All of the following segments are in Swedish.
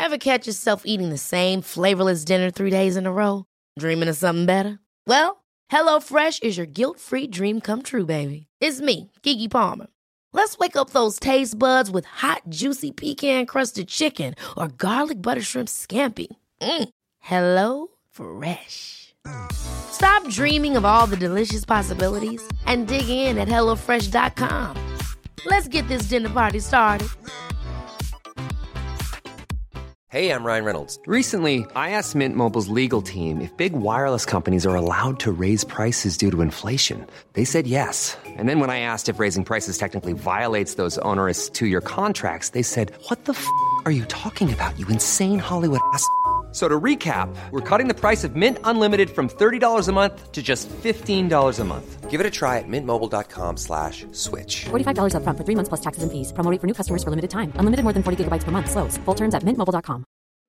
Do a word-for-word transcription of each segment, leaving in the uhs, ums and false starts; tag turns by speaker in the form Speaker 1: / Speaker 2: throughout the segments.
Speaker 1: Ever catch yourself eating the same flavorless dinner three days in a row? Dreaming of something better? Well, HelloFresh is your guilt-free dream come true, baby. It's me, Keke Palmer. Let's wake up those taste buds with hot, juicy pecan-crusted chicken or garlic butter shrimp scampi. Mm. Hello Fresh. Stop dreaming of all the delicious possibilities and dig in at hello fresh dot com. Let's get this dinner party started.
Speaker 2: Hey, I'm Ryan Reynolds.
Speaker 3: Recently, I asked Mint Mobile's legal team if big wireless companies are allowed to raise prices due to inflation. They said yes. And then when I asked if raising prices technically violates those onerous two-year contracts, they said, "What the f*** are you talking about, you insane Hollywood ass?" So to recap, we're cutting the price of Mint Unlimited from thirty dollars a month to just fifteen dollars a month.
Speaker 2: Give it a try at mintmobile.com slash switch.
Speaker 4: forty-five dollars up front for three months plus taxes and fees. Promo rate for new customers for limited time. Unlimited more than forty gigabytes per month. Slows full terms at mint mobile dot com.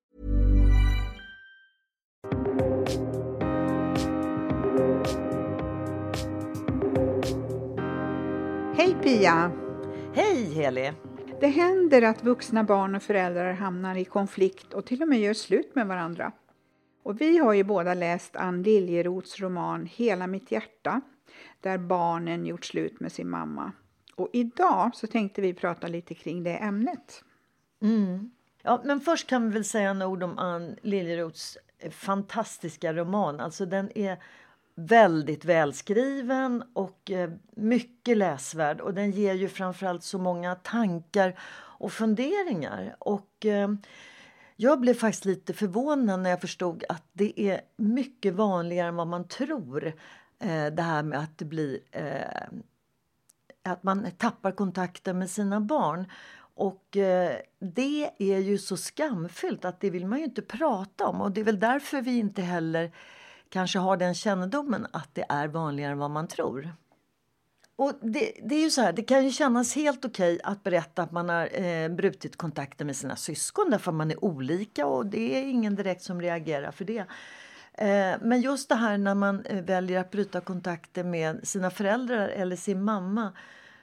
Speaker 5: Hej Pia!
Speaker 6: Hej Heli!
Speaker 5: Det händer att vuxna barn och föräldrar hamnar i konflikt och till och med gör slut med varandra. Och vi har ju båda läst Ann Liljeroths roman Hela mitt hjärta, där barnen gjort slut med sin mamma. Och idag så tänkte vi prata lite kring det ämnet.
Speaker 6: Mm. Ja, men först kan vi väl säga en ord om Ann Liljeroths fantastiska roman. Alltså den är väldigt välskriven och mycket läsvärd. Och den ger ju framförallt så många tankar och funderingar. Och eh, jag blev faktiskt lite förvånad när jag förstod att det är mycket vanligare än vad man tror. Eh, det här med att det blir eh, att man tappar kontakten med sina barn. Och eh, det är ju så skamfyllt att det vill man ju inte prata om. Och det är väl därför vi inte heller kanske har den kännedomen att det är vanligare än vad man tror. Och det, det är ju så här, det kan ju kännas helt okej att berätta att man har eh, brutit kontakten med sina syskon därför att man är olika och det är ingen direkt som reagerar för det. Eh, men just det här när man eh, väljer att bryta kontakten med sina föräldrar eller sin mamma,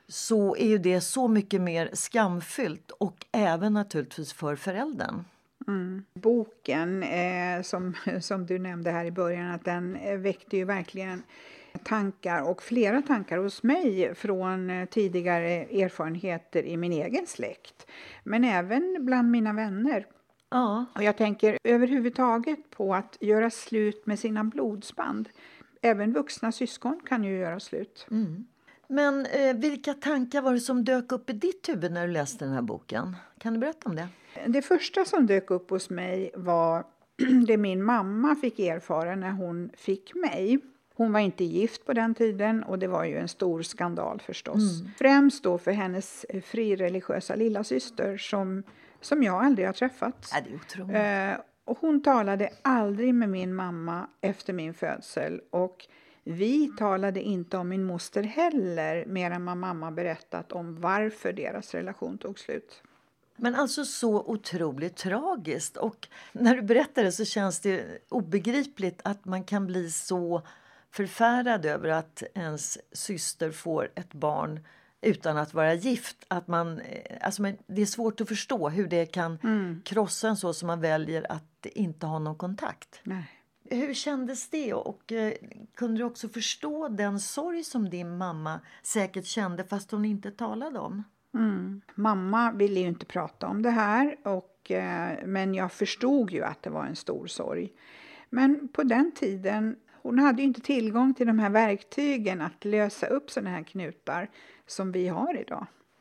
Speaker 6: så är ju det så mycket mer skamfyllt och även naturligtvis för föräldern.
Speaker 5: Mm. Boken eh, som, som du nämnde här i början, att den eh, väckte ju verkligen tankar och flera tankar hos mig från eh, tidigare erfarenheter i min egen släkt. Men även bland mina vänner.
Speaker 6: Ja.
Speaker 5: Och jag tänker överhuvudtaget på att göra slut med sina blodsband. Även vuxna syskon kan ju göra slut.
Speaker 6: Mm. Men eh, vilka tankar var det som dök upp i ditt huvud när du läste den här boken? Kan du berätta om det?
Speaker 5: Det första som dök upp hos mig var det min mamma fick erfara när hon fick mig. Hon var inte gift på den tiden och det var ju en stor skandal förstås. Mm. Främst då för hennes frireligiösa lilla syster som, som jag aldrig har träffat.
Speaker 6: Ja, det är otroligt.
Speaker 5: Eh, och hon talade aldrig med min mamma efter min födsel och vi talade inte om min moster heller, mer än vad mamma berättat om varför deras relation tog slut.
Speaker 6: Men alltså så otroligt tragiskt. Och när du berättar det så känns det obegripligt att man kan bli så förfärad över att ens syster får ett barn utan att vara gift. Att man, alltså man, det är svårt att förstå hur det kan mm. krossa en så som man väljer att inte ha någon kontakt.
Speaker 5: Nej.
Speaker 6: Hur kändes det och eh, kunde du också förstå den sorg som din mamma säkert kände fast hon inte talade om?
Speaker 5: Mm. Mamma ville ju inte prata om det här och, eh, men jag förstod ju att det var en stor sorg. Men på den tiden, hon hade ju inte tillgång till de här verktygen att lösa upp sådana här knutar som vi har idag.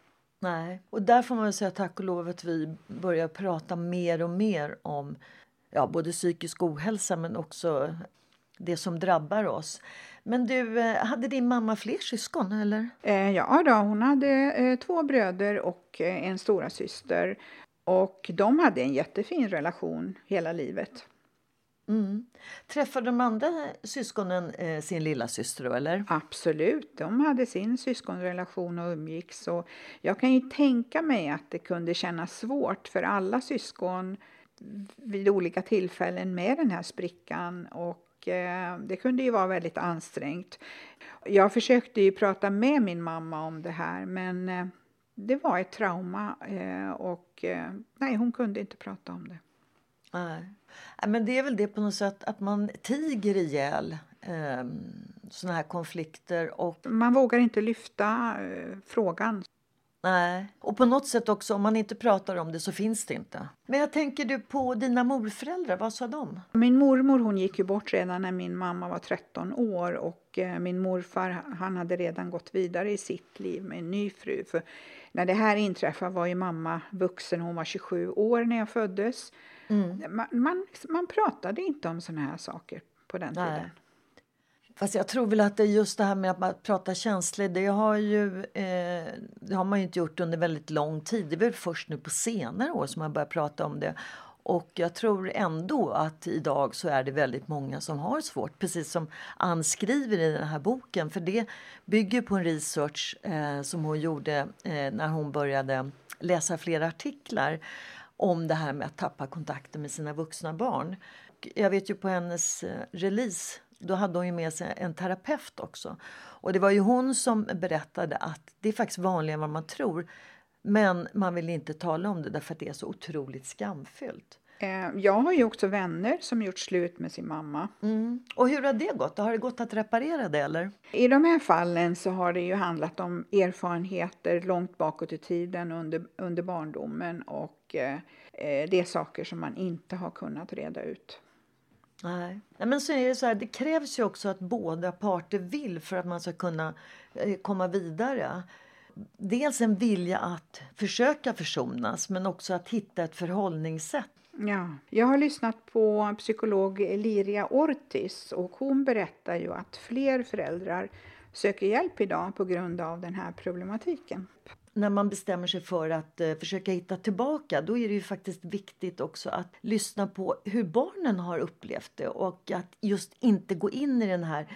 Speaker 6: Nej, och där får man väl säga tack och lov att vi börjar prata mer och mer om ja, både psykisk ohälsa men också det som drabbar oss. Men du, hade din mamma fler syskon eller?
Speaker 5: Eh, ja då, hon hade eh, två bröder och eh, en stora syster. Och de hade en jättefin relation hela livet.
Speaker 6: Mm. Träffade de andra syskonen eh, sin lilla syster då, eller?
Speaker 5: Absolut, de hade sin syskonrelation och umgicks. Så jag kan ju tänka mig att det kunde kännas svårt för alla syskon vid olika tillfällen med den här sprickan. Och eh, det kunde ju vara väldigt ansträngt. Jag försökte ju prata med min mamma om det här, men eh, det var ett trauma eh, och eh, nej, hon kunde inte prata om det.
Speaker 6: Nej. Men det är väl det på något sätt att man tiger ihjäl eh, såna här konflikter. Och...
Speaker 5: Man vågar inte lyfta eh, frågan.
Speaker 6: Nej, och på något sätt också om man inte pratar om det så finns det inte. Men jag tänker du på dina morföräldrar, vad sa de?
Speaker 5: Min mormor hon gick ju bort redan när min mamma var tretton år och eh, min morfar han hade redan gått vidare i sitt liv med en ny fru. För när det här inträffade var ju mamma vuxen, hon var tjugosju år när jag föddes. Mm. Man, man, man pratade inte om såna här saker på den
Speaker 6: Nej.
Speaker 5: tiden.
Speaker 6: Fast jag tror väl att det är just det här med att man pratar känslor. Det har, ju, eh, det har man ju inte gjort under väldigt lång tid. Det är väl först nu på senare år som man börjar prata om det. Och jag tror ändå att idag så är det väldigt många som har svårt. Precis som Ann skriver i den här boken. För det bygger på en research eh, som hon gjorde eh, när hon började läsa flera artiklar om det här med att tappa kontakten med sina vuxna barn. Jag vet ju på hennes eh, release, då hade hon ju med sig en terapeut också. Och det var ju hon som berättade att det är faktiskt vanligare än vad man tror. Men man vill inte tala om det därför att det är så otroligt skamfyllt.
Speaker 5: Jag har ju också vänner som gjort slut med sin mamma.
Speaker 6: Mm. Och hur har det gått? Har det gått att reparera det eller?
Speaker 5: I de här fallen så har det ju handlat om erfarenheter långt bakåt i tiden under, under barndomen. Och eh, det är saker som man inte har kunnat reda ut.
Speaker 6: Nej. Nej, men så är det så här, det krävs ju också att båda parter vill för att man ska kunna eh, komma vidare. Dels en vilja att försöka försonas men också att hitta ett förhållningssätt.
Speaker 5: Ja, jag har lyssnat på psykolog Liria Ortiz och hon berättar ju att fler föräldrar söker hjälp idag på grund av den här problematiken.
Speaker 6: När man bestämmer sig för att eh, försöka hitta tillbaka, då är det ju faktiskt viktigt också att lyssna på hur barnen har upplevt det och att just inte gå in i den här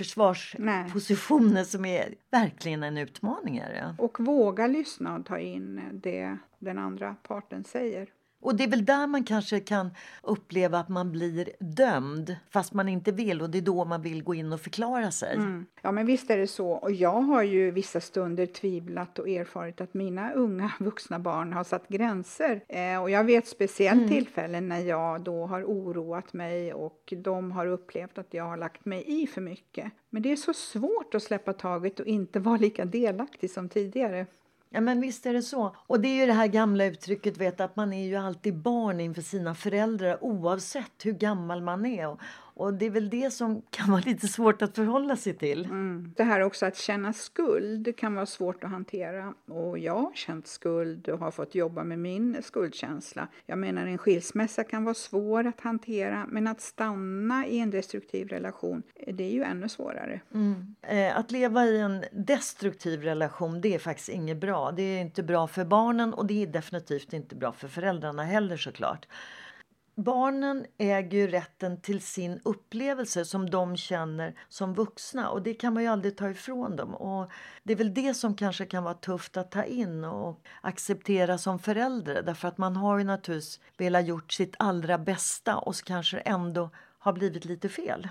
Speaker 6: försvarspositionen Nej. Som är verkligen en utmaning. Är
Speaker 5: och våga lyssna och ta in det den andra parten säger.
Speaker 6: Och det är väl där man kanske kan uppleva att man blir dömd fast man inte vill och det är då man vill gå in och förklara sig.
Speaker 5: Mm. Ja men visst är det så och jag har ju vissa stunder tvivlat och erfarit att mina unga vuxna barn har satt gränser. Eh, och jag vet speciellt mm. tillfällen när jag då har oroat mig och de har upplevt att jag har lagt mig i för mycket. Men det är så svårt att släppa taget och inte vara lika delaktig som tidigare.
Speaker 6: Ja men visst är det så. Och det är ju det här gamla uttrycket vet att man är ju alltid barn inför sina föräldrar oavsett hur gammal man är. Och, och det är väl det som kan vara lite svårt att förhålla sig till.
Speaker 5: Mm. Det här också att känna skuld kan vara svårt att hantera. Och jag har känt skuld och har fått jobba med min skuldkänsla. Jag menar en skilsmässa kan vara svår att hantera. Men att stanna i en destruktiv relation det är ju ännu svårare.
Speaker 6: Mm. Eh, att leva i en destruktiv relation det är faktiskt inget bra. Det är inte bra för barnen och det är definitivt inte bra för föräldrarna heller såklart. Barnen äger ju rätten till sin upplevelse som de känner som vuxna och det kan man ju aldrig ta ifrån dem. Och det är väl det som kanske kan vara tufft att ta in och acceptera som förälder. Därför att man har ju naturligtvis velat gjort sitt allra bästa och så kanske ändå har blivit lite fel.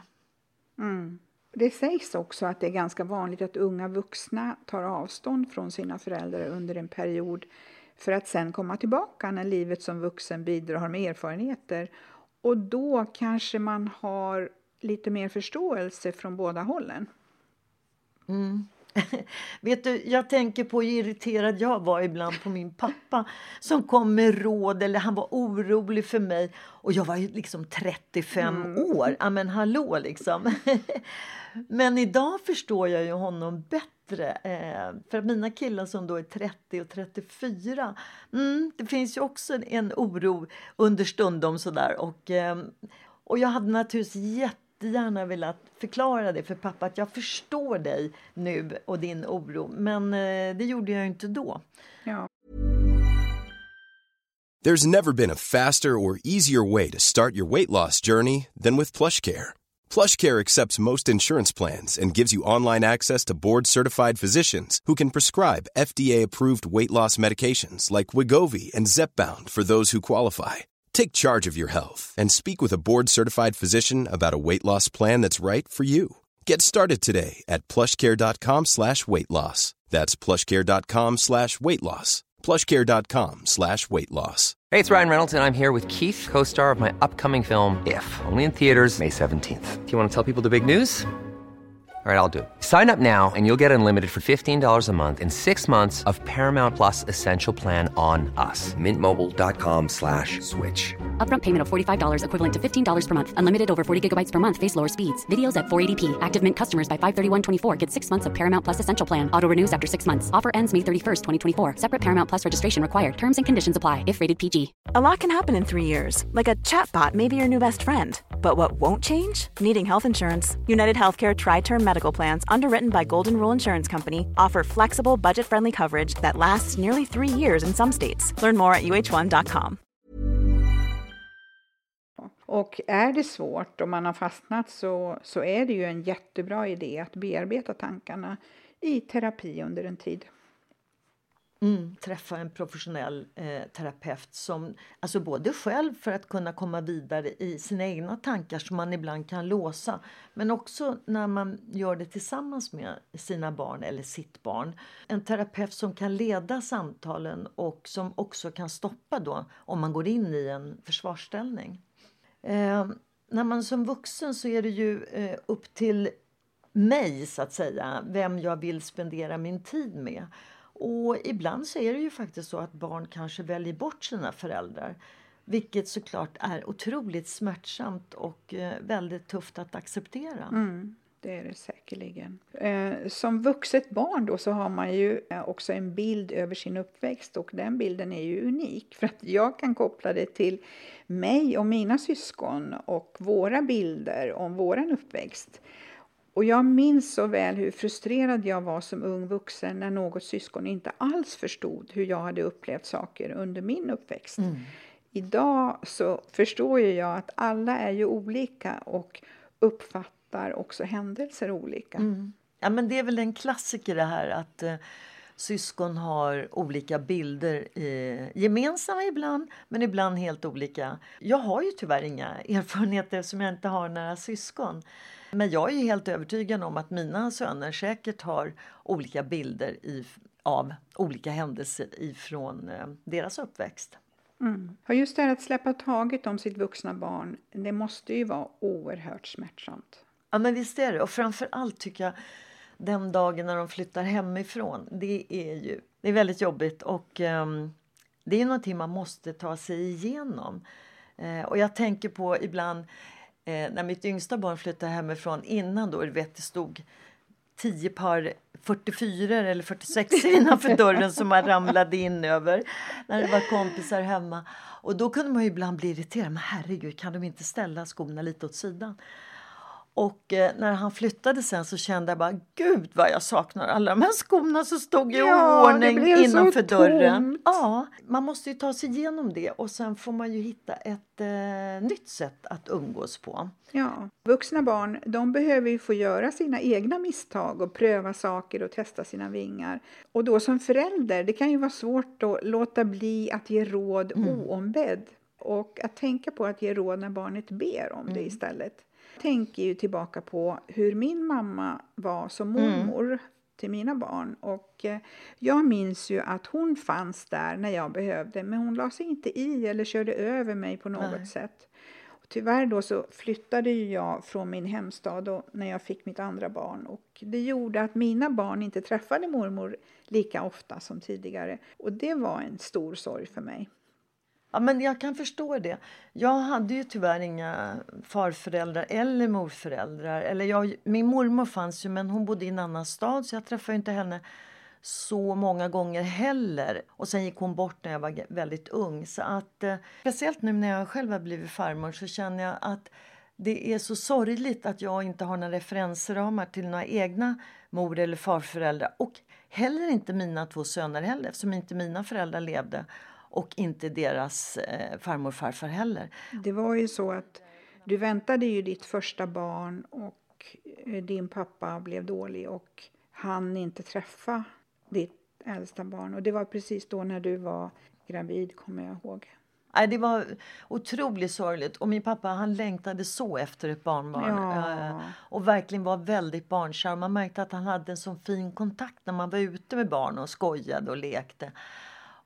Speaker 5: Mm. Det sägs också att det är ganska vanligt att unga vuxna tar avstånd från sina föräldrar under en period för att sen komma tillbaka när livet som vuxen bidrar med erfarenheter. Och då kanske man har lite mer förståelse från båda hållen.
Speaker 6: Mm. Vet du, jag tänker på hur irriterad jag var ibland på min pappa som kom med råd eller han var orolig för mig och jag var ju liksom trettiofem mm. år. Ja men hallå liksom. Men idag förstår jag ju honom bättre eh, för att mina killar som då är trettio och trettiofyra mm, det finns ju också en, en oro understundom sådär och, eh, och jag hade naturligtvis jätte gärna velat förklara det för pappa att jag förstår dig nu och din oro men eh, det gjorde jag inte då.
Speaker 5: Ja.
Speaker 7: There's never been a faster or easier way to start your weight loss journey than with PlushCare. PlushCare accepts most insurance plans and gives you online access to board-certified physicians who can prescribe F D A-approved weight loss medications like Wegovy and Zepbound for those who qualify. Take charge of your health and speak with a board-certified physician about a weight loss plan that's right for you. Get started today at plushcare.com slash weight loss. That's plushcare.com slash weight loss. plushcare.com slash weight loss.
Speaker 3: Hey, it's Ryan Reynolds, and I'm here with Keith, co-star of my upcoming film, If, only in theaters May seventeenth. Do you want to tell people the big news? All right, I'll do it. Sign up now and you'll get unlimited for fifteen dollars a month and six months of Paramount Plus Essential Plan on us.
Speaker 2: Mint Mobile dot com slash switch.
Speaker 4: Upfront payment of forty-five dollars equivalent to fifteen dollars per month. Unlimited over forty gigabytes per month. Face lower speeds. Videos at four eighty p. Active Mint customers by five thirty-one twenty-four get six months of Paramount Plus Essential Plan. Auto renews after six months. Offer ends May thirty-first, twenty twenty-four. Separate Paramount Plus registration required. Terms and conditions apply if rated P G.
Speaker 8: A lot can happen in three years. Like a chatbot may be your new best friend. But what won't change? Needing health insurance. United Healthcare Tri-Term Medical Plans, underwritten by Golden Rule Insurance Company, offer flexible, budget-friendly coverage that lasts nearly three years in some states. Learn more at U H one dot com.
Speaker 5: Och är det svårt och man har fastnat så, så är det ju en jättebra idé att bearbeta tankarna i terapi under en tid.
Speaker 6: Mm, träffa en professionell eh, terapeut som, alltså både själv för att kunna komma vidare i sina egna tankar som man ibland kan låsa, men också när man gör det tillsammans med sina barn eller sitt barn. En terapeut som kan leda samtalen och som också kan stoppa då om man går in i en försvarsställning. Eh, när man som vuxen så är det ju eh, upp till mig så att säga vem jag vill spendera min tid med. Och ibland så är det ju faktiskt så att barn kanske väljer bort sina föräldrar. Vilket såklart är otroligt smärtsamt och eh, väldigt tufft att acceptera.
Speaker 5: Mm, det är det säkerligen. Eh, som vuxet barn då så har man ju också en bild över sin uppväxt. Och den bilden är ju unik. För att jag kan koppla det till mig och mina syskon och våra bilder om våran uppväxt. Och jag minns så väl hur frustrerad jag var som ung vuxen när något syskon inte alls förstod hur jag hade upplevt saker under min uppväxt. Mm. Idag så förstår jag att alla är ju olika och uppfattar också händelser olika.
Speaker 6: Mm. Ja, men det är väl en klassiker det här att eh, syskon har olika bilder eh, gemensamma ibland, men ibland helt olika. Jag har ju tyvärr inga erfarenheter som jag inte har nära syskon. Men jag är ju helt övertygad om att mina söner säkert har olika bilder i, av olika händelser ifrån eh, deras uppväxt.
Speaker 5: Mm. Och just det här att släppa taget om sitt vuxna barn, det måste ju vara oerhört smärtsamt.
Speaker 6: Ja, men visst är det. Och framförallt tycker jag den dagen när de flyttar hemifrån, det är ju det är väldigt jobbigt. Och eh, det är någonting man måste ta sig igenom. Eh, och jag tänker på ibland... Eh, när mitt yngsta barn flyttade hemifrån innan då, vet, det stod tio par fyrtiofyra eller fyrtiosex innanför dörren som man ramlade in över när det var kompisar hemma. Och då kunde man ju ibland bli irriterad. Men herregud, kan de inte ställa skorna lite åt sidan? Och eh, när han flyttade sen så kände jag bara, gud vad jag saknar alla de här skorna som stod i
Speaker 5: ja,
Speaker 6: ordning innanför dörren. Ja, man måste ju ta sig igenom det och sen får man ju hitta ett eh, nytt sätt att umgås på.
Speaker 5: Ja, vuxna barn, de behöver ju få göra sina egna misstag och pröva saker och testa sina vingar. Och då som förälder, det kan ju vara svårt att låta bli att ge råd mm. oombedd. Och att tänka på att ge råd när barnet ber om mm. det istället. Jag tänker ju tillbaka på hur min mamma var som mormor mm. till mina barn. Och jag minns ju att hon fanns där när jag behövde. Men hon la sig inte i eller körde över mig på något Nej. sätt. Och tyvärr då så flyttade jag från min hemstad då, när jag fick mitt andra barn. Och det gjorde att mina barn inte träffade mormor lika ofta som tidigare. Och det var en stor sorg för mig.
Speaker 6: Ja, men jag kan förstå det. Jag hade ju tyvärr inga farföräldrar eller morföräldrar. Eller jag, min mormor fanns ju, men hon bodde i en annan stad så jag träffade inte henne så många gånger heller. Och sen gick hon bort när jag var väldigt ung. Så att, eh, speciellt nu när jag själv har blivit farmor så känner jag att det är så sorgligt att jag inte har några referensramar till några egna mor- eller farföräldrar. Och heller inte mina två söner heller, eftersom inte mina föräldrar levde. Och inte deras eh, farmor och farfar heller.
Speaker 5: Det var ju så att du väntade ju ditt första barn och eh, din pappa blev dålig och hann inte träffa ditt äldsta barn. Och det var precis då när du var gravid, kommer jag ihåg.
Speaker 6: Nej, det var otroligt sorgligt. Och min pappa, han längtade så efter ett barnbarn.
Speaker 5: Ja.
Speaker 6: Eh, och verkligen var väldigt barnkär. Man märkte att han hade en sån fin kontakt när man var ute med barn och skojade och lekte.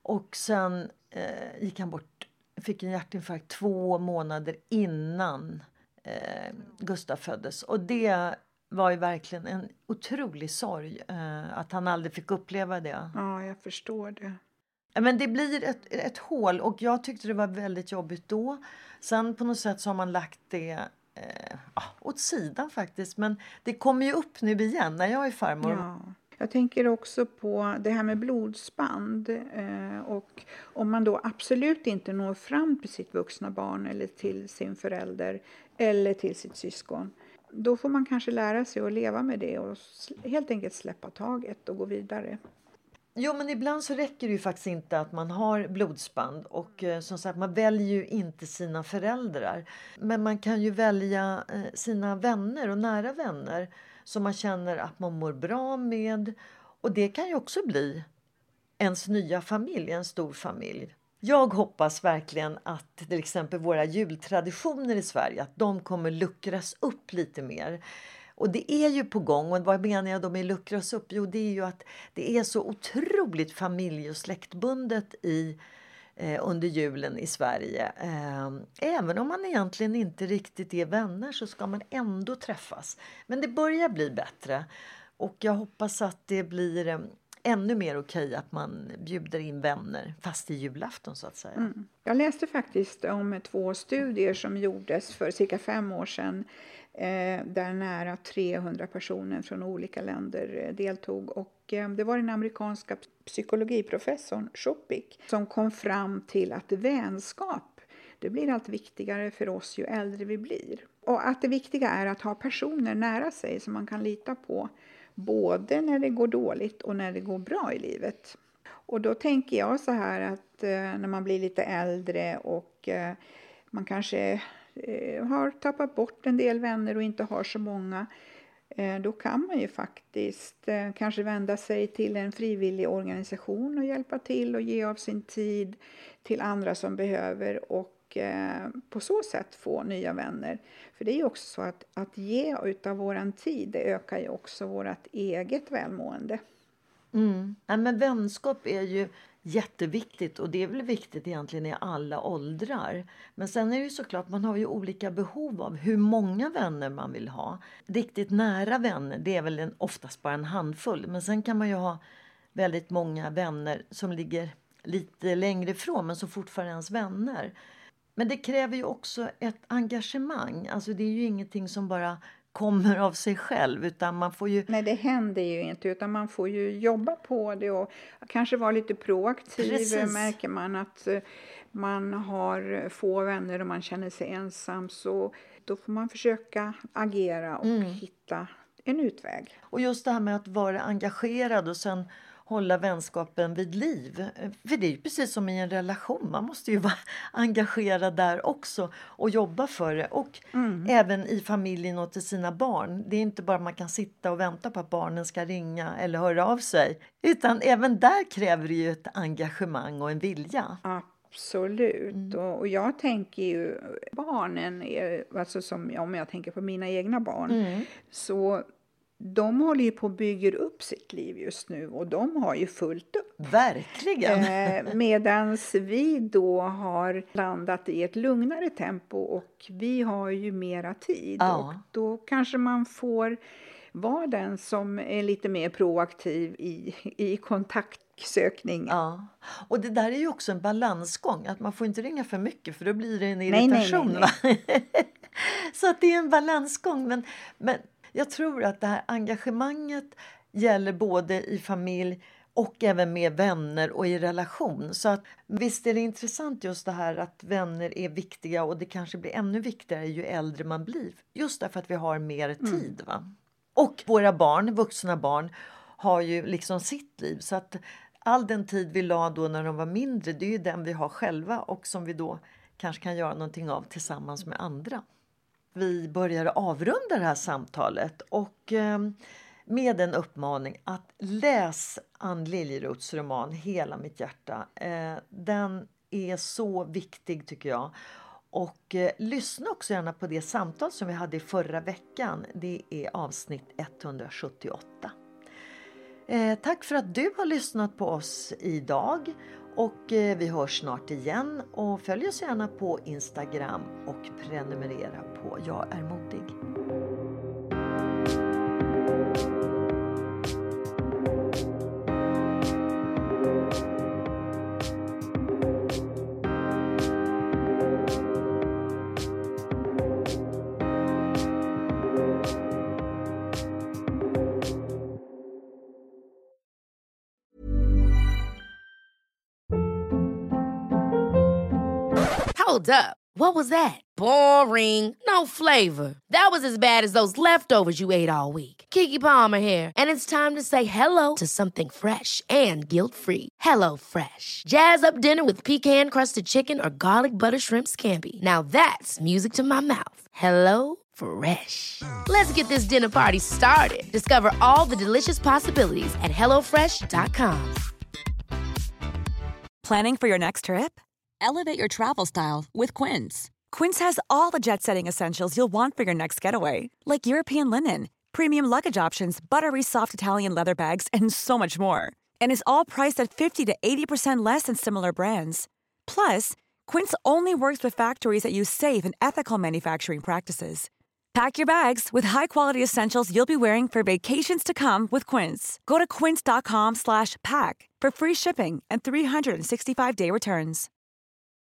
Speaker 6: Och sen eh, gick han bort, fick en hjärtinfarkt två månader innan eh, Gustav föddes. Och det var ju verkligen en otrolig sorg eh, att han aldrig fick uppleva det.
Speaker 5: Ja, jag förstår det.
Speaker 6: Men det blir ett, ett hål och jag tyckte det var väldigt jobbigt då. Sen på något sätt så har man lagt det eh, åt sidan faktiskt. Men det kommer ju upp nu igen när jag är farmor.
Speaker 5: Ja. Jag tänker också på det här med blodsband. Eh, och om man då absolut inte når fram till sitt vuxna barn eller till sin förälder eller till sitt syskon. Då får man kanske lära sig att leva med det och helt enkelt släppa taget och gå vidare.
Speaker 6: Jo, men ibland så räcker det ju faktiskt inte att man har blodsband. Och eh, som sagt, man väljer ju inte sina föräldrar. Men man kan ju välja eh, sina vänner och nära vänner som man känner att man mår bra med. Och det kan ju också bli ens nya familj, en stor familj. Jag hoppas verkligen att till exempel våra jultraditioner i Sverige, att de kommer luckras upp lite mer. Och det är ju på gång. Och vad menar jag då med luckras upp? Jo, det är ju att det är så otroligt familj- och släktbundet i, eh, under julen i Sverige. Eh, även om man egentligen inte riktigt är vänner så ska man ändå träffas. Men det börjar bli bättre. Och jag hoppas att det blir eh, ännu mer okej att man bjuder in vänner fast i julafton så att säga.
Speaker 5: Mm. Jag läste faktiskt om två studier som gjordes för cirka fem år sedan. Eh, där nära trehundra personer från olika länder eh, deltog. Och eh, det var den amerikanska psykologiprofessorn Shopik som kom fram till att vänskap, det blir allt viktigare för oss ju äldre vi blir. Och att det viktiga är att ha personer nära sig som man kan lita på. Både när det går dåligt och när det går bra i livet. Och då tänker jag så här att eh, när man blir lite äldre och eh, man kanske eh, har tappat bort en del vänner och inte har så många. Eh, då kan man ju faktiskt eh, kanske vända sig till en frivillig organisation och hjälpa till och ge av sin tid till andra som behöver. Och eh, på så sätt få nya vänner. För det är ju också så att, att ge utav våran tid, det ökar ju också vårat eget välmående.
Speaker 6: Mm. Ja, men vänskap är ju jätteviktigt och det är väl viktigt egentligen i alla åldrar. Men sen är det ju såklart, man har ju olika behov av hur många vänner man vill ha. Riktigt nära vänner, det är väl en, oftast bara en handfull. Men sen kan man ju ha väldigt många vänner som ligger lite längre ifrån men som fortfarande är ens vänner. Men det kräver ju också ett engagemang. Alltså det är ju ingenting som bara kommer av sig själv utan man får ju...
Speaker 5: Nej, det händer ju inte utan man får ju jobba på det och kanske vara lite proaktiv.
Speaker 6: Precis.
Speaker 5: Märker man att man har få vänner och man känner sig ensam så då får man försöka agera och mm. hitta en utväg.
Speaker 6: Och just det här med att vara engagerad och sen hålla vänskapen vid liv. För det är ju precis som i en relation. Man måste ju vara engagerad där också och jobba för det. Och mm. även i familjen och till sina barn. Det är inte bara att man kan sitta och vänta på att barnen ska ringa eller höra av sig. Utan även där kräver det ju ett engagemang och en vilja.
Speaker 5: Absolut.
Speaker 6: Mm.
Speaker 5: Och, och jag tänker ju, barnen, är, alltså som, om jag tänker på mina egna barn, mm. så de håller ju på att bygga upp sitt liv just nu och de har ju fullt upp.
Speaker 6: Verkligen.
Speaker 5: Eh, medans vi då har landat i ett lugnare tempo och vi har ju mera tid. Ja. Och då kanske man får vara den som är lite mer proaktiv i, i kontaktsökning.
Speaker 6: Ja, och det där är ju också en balansgång. Att man får inte ringa för mycket för då blir det en irritation. Nej, nej, nej, nej. Så att det är en balansgång. Men... men jag tror att det här engagemanget gäller både i familj och även med vänner och i relation. Så att visst är det intressant just det här att vänner är viktiga och det kanske blir ännu viktigare ju äldre man blir. Just därför att vi har mer tid. Va? Mm. Och våra barn, vuxna barn, har ju liksom sitt liv. Så att all den tid vi la då när de var mindre, det är ju den vi har själva och som vi då kanske kan göra någonting av tillsammans med andra. Vi börjar avrunda det här samtalet och eh, med en uppmaning att läs Ann Liljeroths roman Hela mitt hjärta. Eh, den är så viktig tycker jag. Och eh, lyssna också gärna på det samtal som vi hade i förra veckan. Det är avsnitt etthundrasjuttioåtta. Eh, tack för att du har lyssnat på oss idag. Och eh, vi hörs snart igen och följ oss gärna på Instagram och prenumerera på Jag är modig.
Speaker 1: Hold up. What was that? Boring. No flavor. That was as bad as those leftovers you ate all week. Keke Palmer here, and it's time to say hello to something fresh and guilt-free. Hello Fresh. Jazz up dinner with pecan-crusted chicken or garlic butter shrimp scampi. Now that's music to my mouth. Hello Fresh. Let's get this dinner party started. Discover all the delicious possibilities at hello fresh dot com.
Speaker 9: Planning for your next trip?
Speaker 10: Elevate your travel style with Quince.
Speaker 9: Quince has all the jet-setting essentials you'll want for your next getaway, like European linen, premium luggage options, buttery soft Italian leather bags, and so much more. And is all priced at fifty to eighty percent less than similar brands. Plus, Quince only works with factories that use safe and ethical manufacturing practices. Pack your bags with high-quality essentials you'll be wearing for vacations to come with Quince. Go to quince dot com slash pack for free shipping and three sixty-five day returns.